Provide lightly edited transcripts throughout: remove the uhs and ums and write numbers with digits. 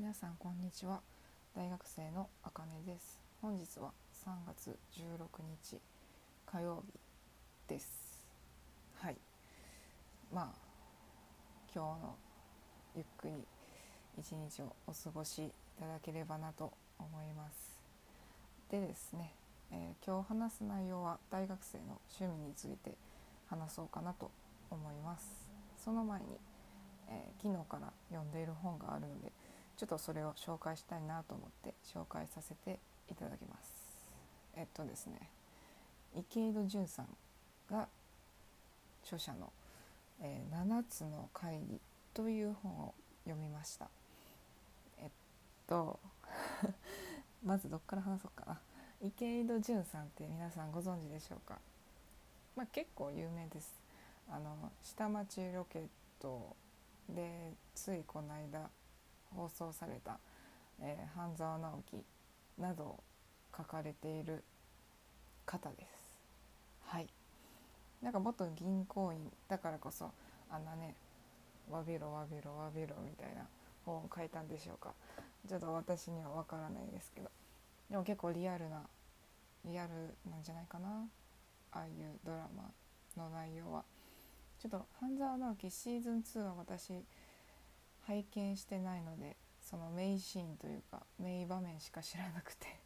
皆さんこんにちは。大学生のあかねです。本日は3月16日火曜日です。はい。今日のゆっくり一日をお過ごしいただければなと思います。でですね、今日話す内容は大学生の趣味について話そうかなと思います。その前に、昨日から読んでいる本があるので、ちょっとそれを紹介したいなと思って紹介させていただきます。ですね、池井戸潤さんが著者の、7つの会議という本を読みました。まずどっから話そうかな。池井戸潤さんって皆さんご存知でしょうか。結構有名です。下町ロケットでついこの間放送された、半沢直樹などを書かれている方です。はい。なんか元銀行員だからこそあんなね、わびろわびろわびろみたいな本を書いたんでしょうか。ちょっと私にはわからないですけど、でも結構リアルなんじゃないかな、ああいうドラマの内容は。ちょっと半沢直樹シーズン2は私拝見してないので、その名シーンというか名場面しか知らなくて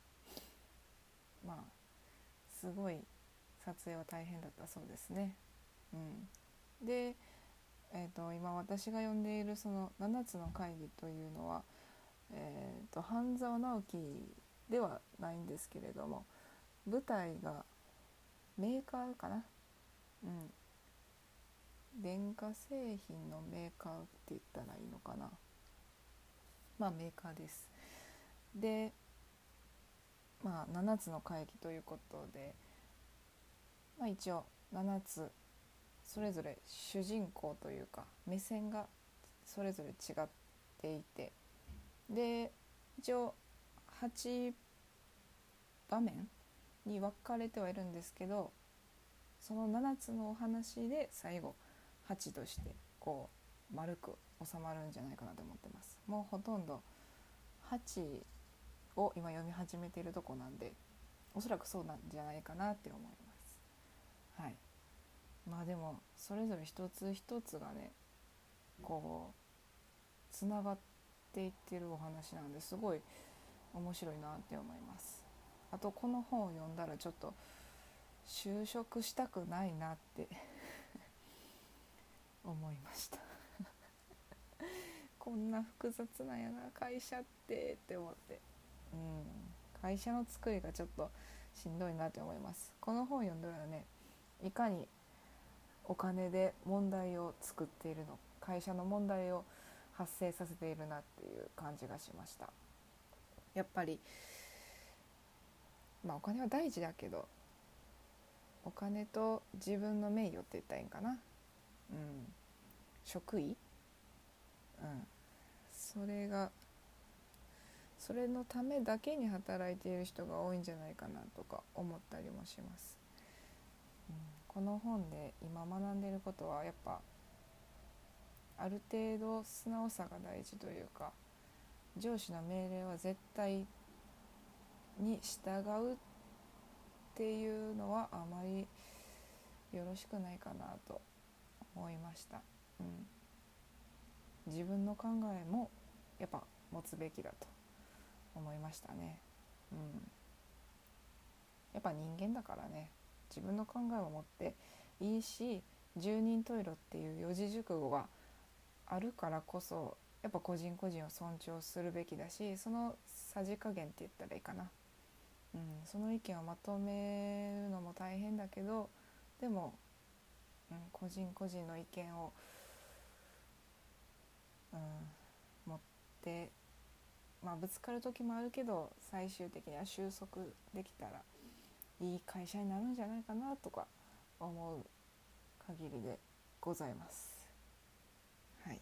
すごい撮影は大変だったそうですね。で、今私が読んでいるその7つの会議というのは、半沢直樹ではないんですけれども、舞台がメーカーかな、電化製品のメーカーって言ったらいいのかな、メーカーです。で、7つの会議ということで、一応7つそれぞれ主人公というか目線がそれぞれ違っていて、で一応8場面に分かれてはいるんですけど、その7つのお話で最後8としてこう丸く収まるんじゃないかなと思ってます。もうほとんど8を今読み始めているとこなんで、おそらくそうなんじゃないかなって思います。はい。でもそれぞれ一つ一つがね、こうつながっていってるお話なんですごい面白いなって思います。あとこの本を読んだらちょっと就職したくないなって思いました。こんな複雑なんやな会社って思って、会社の作りがちょっとしんどいなって思います。この本を読んだらね、いかにお金で問題を作っているの、会社の問題を発生させているなっていう感じがしました。やっぱりお金は大事だけど、お金と自分の名誉って言ったらいいんかな、職位、それのためだけに働いている人が多いんじゃないかなとか思ったりもします。この本で今学んでいることはやっぱある程度素直さが大事というか、上司の命令は絶対に従うっていうのはあまりよろしくないかなと思いました。自分の考えもやっぱ持つべきだと思いましたね。やっぱ人間だからね、自分の考えを持っていいし、十人十色っていう四字熟語があるからこそ、やっぱ個人個人を尊重するべきだし、そのさじ加減って言ったらいいかな、その意見をまとめるのも大変だけど、でも、個人個人の意見を、持って、ぶつかる時もあるけど、最終的には収束できたらいい会社になるんじゃないかなとか思う限りでございます。はい。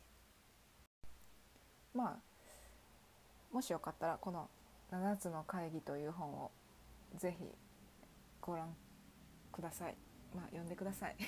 もしよかったらこの7つの会議という本をぜひご覧ください。読んでください。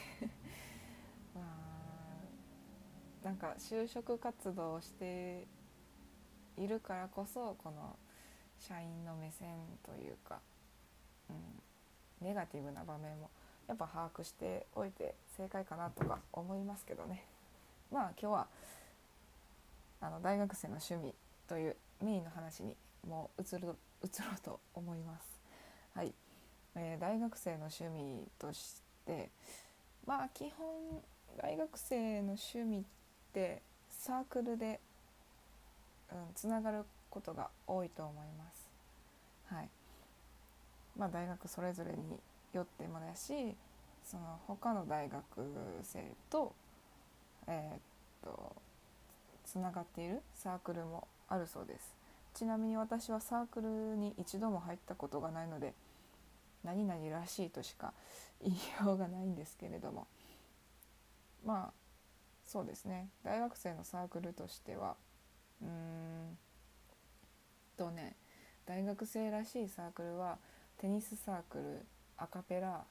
なんか就職活動をしていいるからこそこの社員の目線というか、ネガティブな場面もやっぱ把握しておいて正解かなとか思いますけどね。まあ今日は大学生の趣味というメインの話にもう移ろうと思います。はい、大学生の趣味としてまあ基本大学生の趣味ってサークルで、つながることが多いと思います。はい、まあ大学それぞれによってもだし、その他の大学生とつながっているサークルもあるそうです。ちなみに私はサークルに一度も入ったことがないので何々らしいとしか言いようがないんですけれども、まあそうですね、大学生のサークルとしては大学生らしいサークルはテニスサークル、アカペラ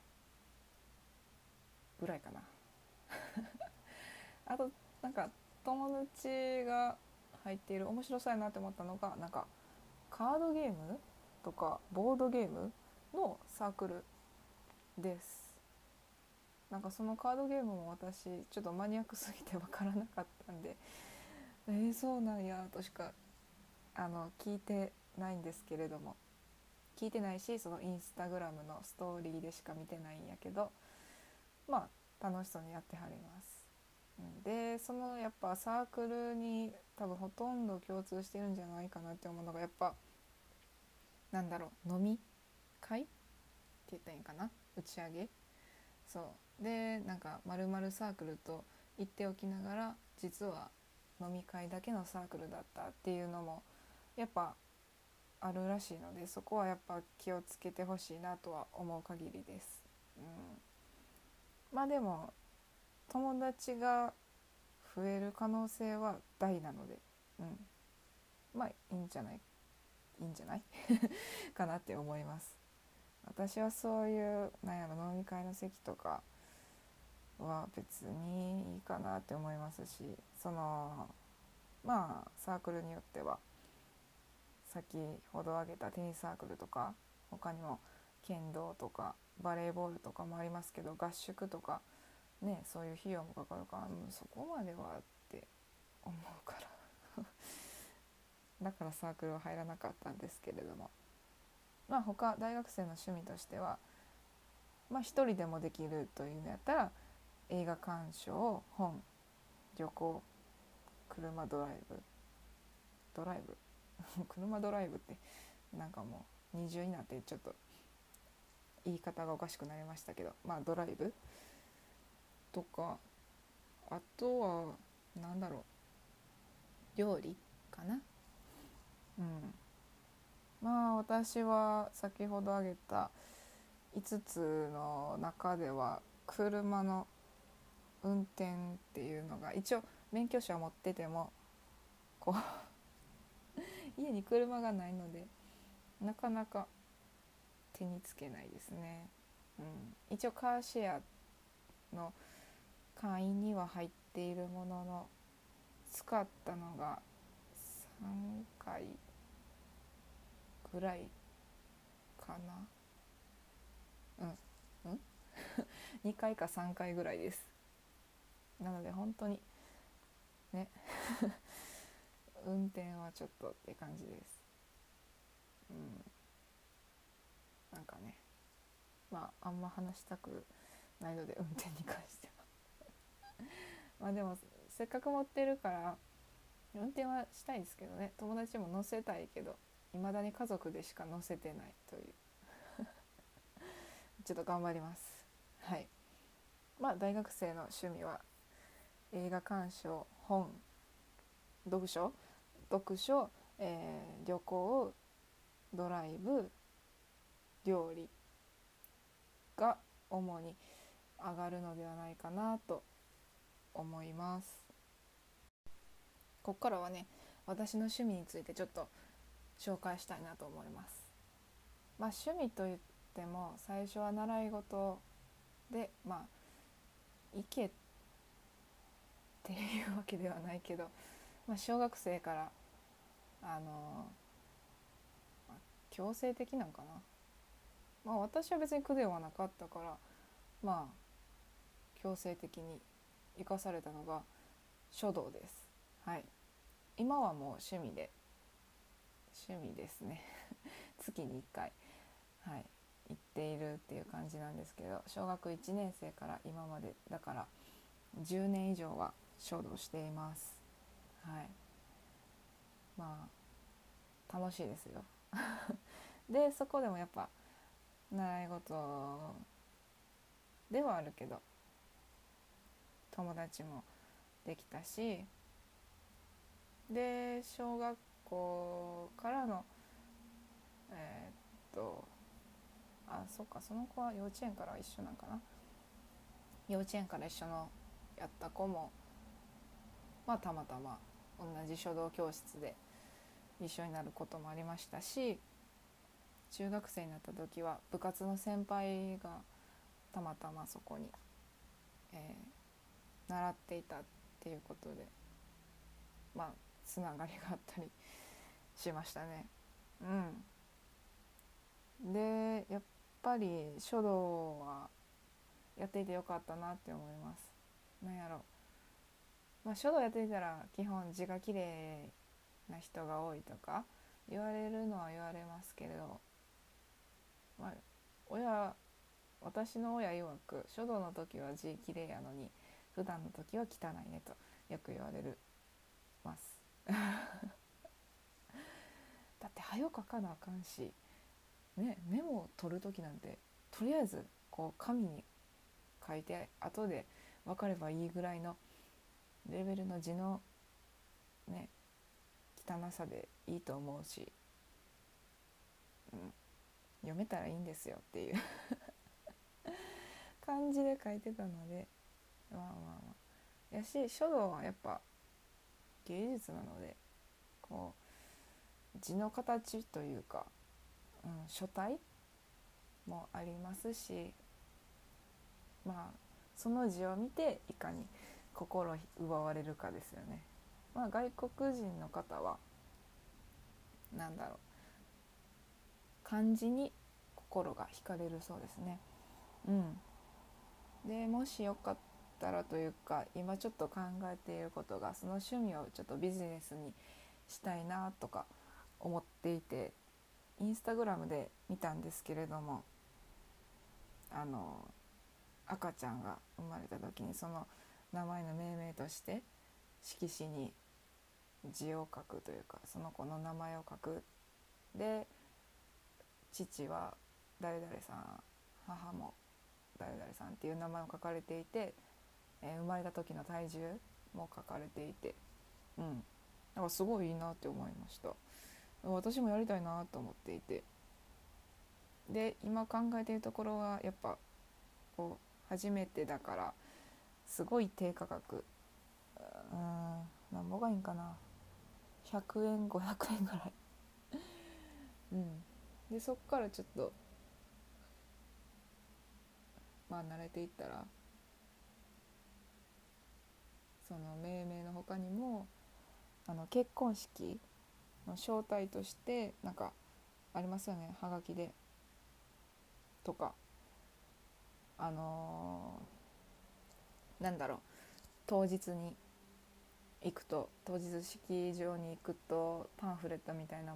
ぐらいかなあとなんか友達が入っている面白そうやなって思ったのがなんかカードゲームとかボードゲームのサークルです。なんかそのカードゲームも私ちょっとマニアックすぎて分からなかったんでそうなんやとしか聞いてないんですけれども、聞いてないしそのインスタグラムのストーリーでしか見てないんやけど、まあ楽しそうにやってはります。でそのやっぱサークルに多分ほとんど共通してるんじゃないかなって思うのがやっぱ飲み会って言ったらいいんかな、打ち上げ、そうでなんか〇〇サークルと言っておきながら実は飲み会だけのサークルだったっていうのもやっぱあるらしいので、そこはやっぱ気をつけてほしいなとは思う限りです。まあでも友達が増える可能性は大なので、まあいいんじゃないかなって思います。私はそういう飲み会の席とかは別にいいかなって思いますし、まあサークルによっては先ほど挙げたテニスサークルとか他にも剣道とかバレーボールとかもありますけど、合宿とかね、そういう費用もかかるから、そこまではって思うからだからサークルは入らなかったんですけれども、まあ他大学生の趣味としては一人でもできるというのやったら映画鑑賞、本、旅行、車ドライブ車ドライブってなんかもう二重になってちょっと言い方がおかしくなりましたけど、ドライブとか、あとは料理かな。私は先ほど挙げた5つの中では車の運転っていうのが一応免許証を持っててもこう家に車がないのでなかなか手につけないですね。一応カーシェアの会員には入っているものの使ったのが3回ぐらいかな。2回か3回ぐらいです。なので本当にね運転はちょっとって感じです。なんかね、あんま話したくないので運転に関してはでもせっかく持ってるから運転はしたいですけどね、友達も乗せたいけど未だに家族でしか乗せてないというちょっと頑張ります。はい。大学生の趣味は映画鑑賞、本、読書、旅行、ドライブ、料理が主に上がるのではないかなと思います。ここからはね、私の趣味についてちょっと紹介したいなと思います。趣味といっても最初は習い事で行けっていうわけではないけど、小学生からあの強制的なんかな。私は別に苦ではなかったから、強制的に生かされたのが書道です。はい。今はもう趣味ですね。月に1回、はい、行っているっていう感じなんですけど、小学1年生から今までだから10年以上は書道しています。はい。楽しいですよ。でそこでもやっぱ習い事ではあるけど友達もできたし、で小学校からのえーっとそっか、その子は幼稚園から一緒なんかな。幼稚園から一緒のやった子も、たまたま同じ書道教室で一緒になることもありましたし、中学生になった時は部活の先輩がたまたまそこに、習っていたっていうことで、つながりがあったりしましたね。でやっぱり書道はやっていてよかったなって思います。なんやろ、書道やっていたら基本字が綺麗な人が多いとか言われるのは言われますけれど、まあ、私の親曰く書道の時は字綺麗やのに普段の時は汚いねとよく言われますだって早書かなあかんし、ね、メモを取る時なんてとりあえずこう紙に書いて後で分かればいいぐらいのレベルの字のね汚さでいいと思うし、読めたらいいんですよっていう感じで書いてたので、やし書道はやっぱ芸術なのでこう字の形というか、書体もありますし、その字を見ていかに心奪われるかですよね。外国人の方はなんだろう、漢字に心が惹かれるそうですね。でもしよかったらというか今ちょっと考えていることが、その趣味をちょっとビジネスにしたいなとか思っていて、インスタグラムで見たんですけれども、赤ちゃんが生まれた時にその名前の命名として色紙に字を書くというか、その子の名前を書く。で父は誰々さん、母も誰々さんっていう名前を書かれていて、生まれた時の体重も書かれていて、だからすごいいいなって思いました。私もやりたいなと思っていて、で今考えているところはやっぱこう初めてだからすごい低価格、なんぼがいいんかな、100円500円ぐらいでそっからちょっと慣れていったら、その命名の他にも結婚式の招待としてなんかありますよね、はがきでとか、なんだろう、当日に当日式場に行くとパンフレットみたいな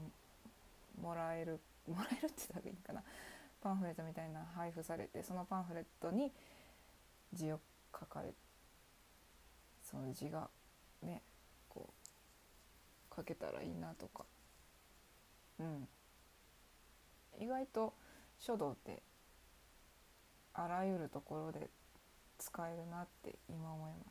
もらえるって言ったらいいかな、パンフレットみたいな配布されて、そのパンフレットに字を書かれ、その字がねこう書けたらいいなとか、意外と書道ってあらゆるところで使えるなって今思います。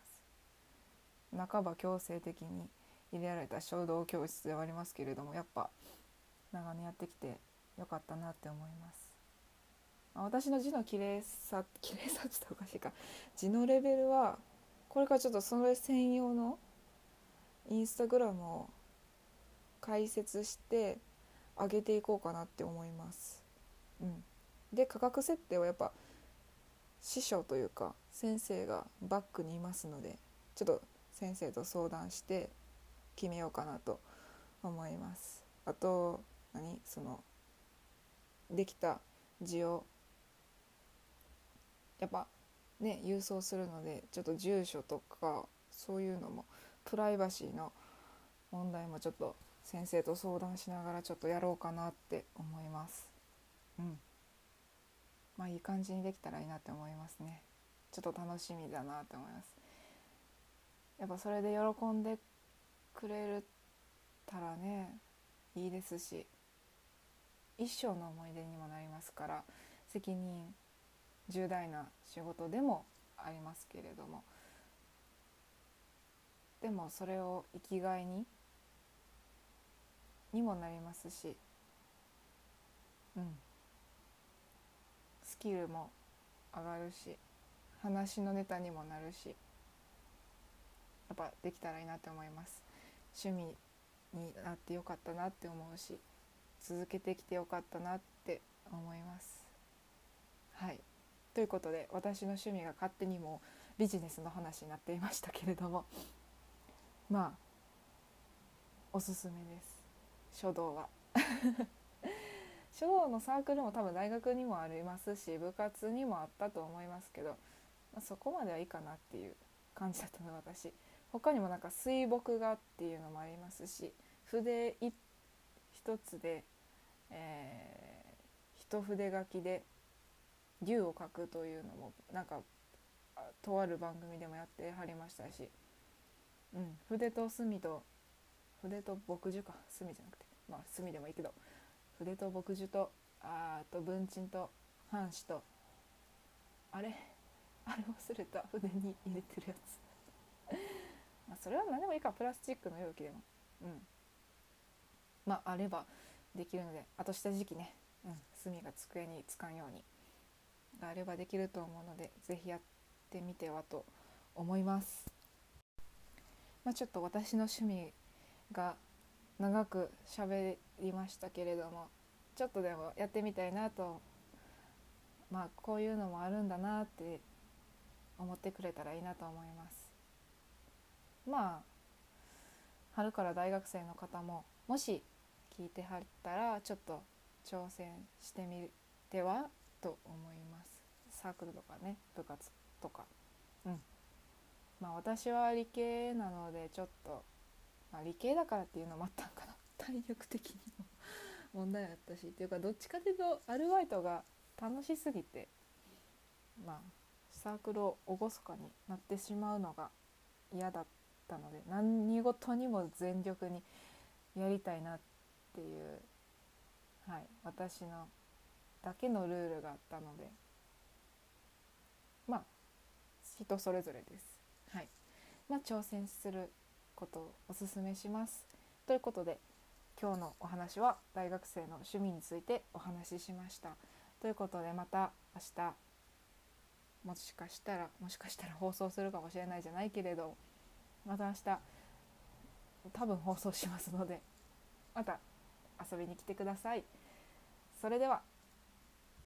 半ば強制的に入れられた書道教室ではありますけれども、やっぱ長年やってきてよかったなって思います。私の字の綺麗さって言ったらおかしいか、字のレベルはこれからちょっとそれ専用のインスタグラムを開設して上げていこうかなって思います。で価格設定はやっぱ師匠というか先生がバックにいますので、ちょっと先生と相談して決めようかなと思います。あとできた字をやっぱね郵送するので、ちょっと住所とかそういうのもプライバシーの問題もちょっと先生と相談しながらちょっとやろうかなって思います。まあいい感じにできたらいいなって思いますね。ちょっと楽しみだなって思います。やっぱそれで喜んでくれたらねいいですし、一生の思い出にもなりますから、責任重大な仕事でもありますけれども、でもそれを生きがいにもなりますし、スキルも上がるし、話のネタにもなるし、やっぱできたらいいなって思います。趣味になってよかったなって思うし、続けてきてよかったなって思います。はい、ということで私の趣味が勝手にもビジネスの話になっていましたけれども、まあおすすめです、書道は。書道のサークルも多分大学にもありますし、部活にもあったと思いますけど、そこまではいいかなっていう感じだったの私。他にもなんか水墨画っていうのもありますし、筆一つで、一筆書きで竜を描くというのもなんかとある番組でもやってはりましたし、筆と墨と筆と墨汁か、墨じゃなくて墨でもいいけど、筆と墨汁と文鎮と半紙とあれ忘れた、筆に入れてるやつそれは何でもいいか、プラスチックの容器でもあればできるので、あとした時期ね、墨が机につかんようにがあればできると思うので、ぜひやってみてはと思います。ちょっと私の趣味が長く喋りましたけれども、ちょっとでもやってみたいなと、こういうのもあるんだなって思ってくれたらいいなと思います。春から大学生の方ももし聞いてはったら、ちょっと挑戦してみてはと思います。サークルとかね、部活とか、私は理系なのでちょっと、理系だからっていうのもあったんかな、体力的にも問題あったし、っていうかどっちかというとアルバイトが楽しすぎて、サークルを厳かになってしまうのが嫌だったので、何事にも全力にやりたいなっていう、私のだけのルールがあったので、人それぞれです。挑戦することをおすすめします。ということで今日のお話は大学生の趣味についてお話ししました。ということでまた明日、もしかしたら放送するかもしれないじゃないけれど、また明日多分放送しますので、また遊びに来てください。それでは。